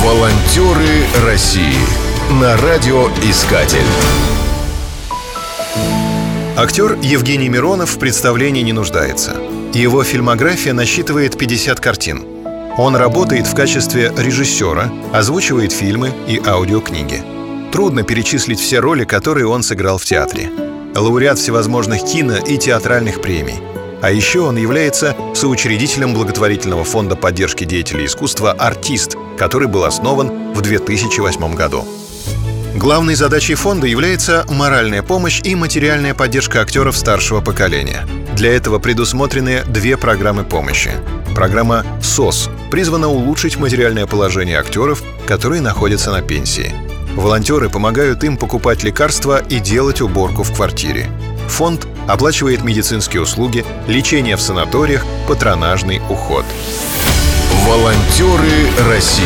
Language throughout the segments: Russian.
Волонтеры России на радиоискатель. Актер Евгений Миронов в представлении не нуждается. Его фильмография насчитывает 50 картин. Он работает в качестве режиссера, озвучивает фильмы и аудиокниги. Трудно перечислить все роли, которые он сыграл в театре. Лауреат всевозможных кино и театральных премий. А еще он является соучредителем благотворительного фонда поддержки деятелей искусства «Артист», который был основан в 2008 году. Главной задачей фонда является моральная помощь и материальная поддержка актеров старшего поколения. Для этого предусмотрены две программы помощи. Программа «СОС» призвана улучшить материальное положение актеров, которые находятся на пенсии. Волонтеры помогают им покупать лекарства и делать уборку в квартире. Фонд оплачивает медицинские услуги, лечение в санаториях, патронажный уход. Волонтеры России.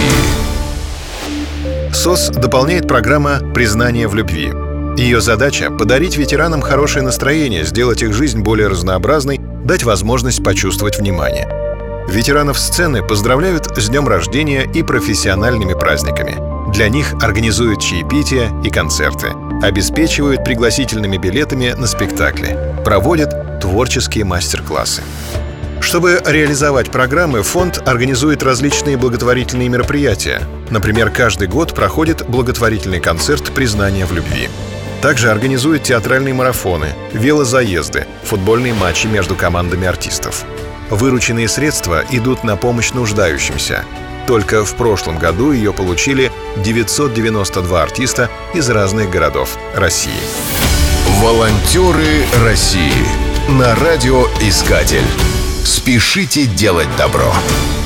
СОС дополняет программа «Признание в любви». Ее задача — подарить ветеранам хорошее настроение, сделать их жизнь более разнообразной, дать возможность почувствовать внимание. Ветеранов сцены поздравляют с днем рождения и профессиональными праздниками. Для них организуют чаепития и концерты, обеспечивают пригласительными билетами на спектакли, проводят творческие мастер-классы. Чтобы реализовать программы, фонд организует различные благотворительные мероприятия. Например, каждый год проходит благотворительный концерт «Признание в любви». Также организует театральные марафоны, велозаезды, футбольные матчи между командами артистов. Вырученные средства идут на помощь нуждающимся. Только в прошлом году ее получили 992 артиста из разных городов России. Волонтеры России на радиоискатель. Спешите делать добро.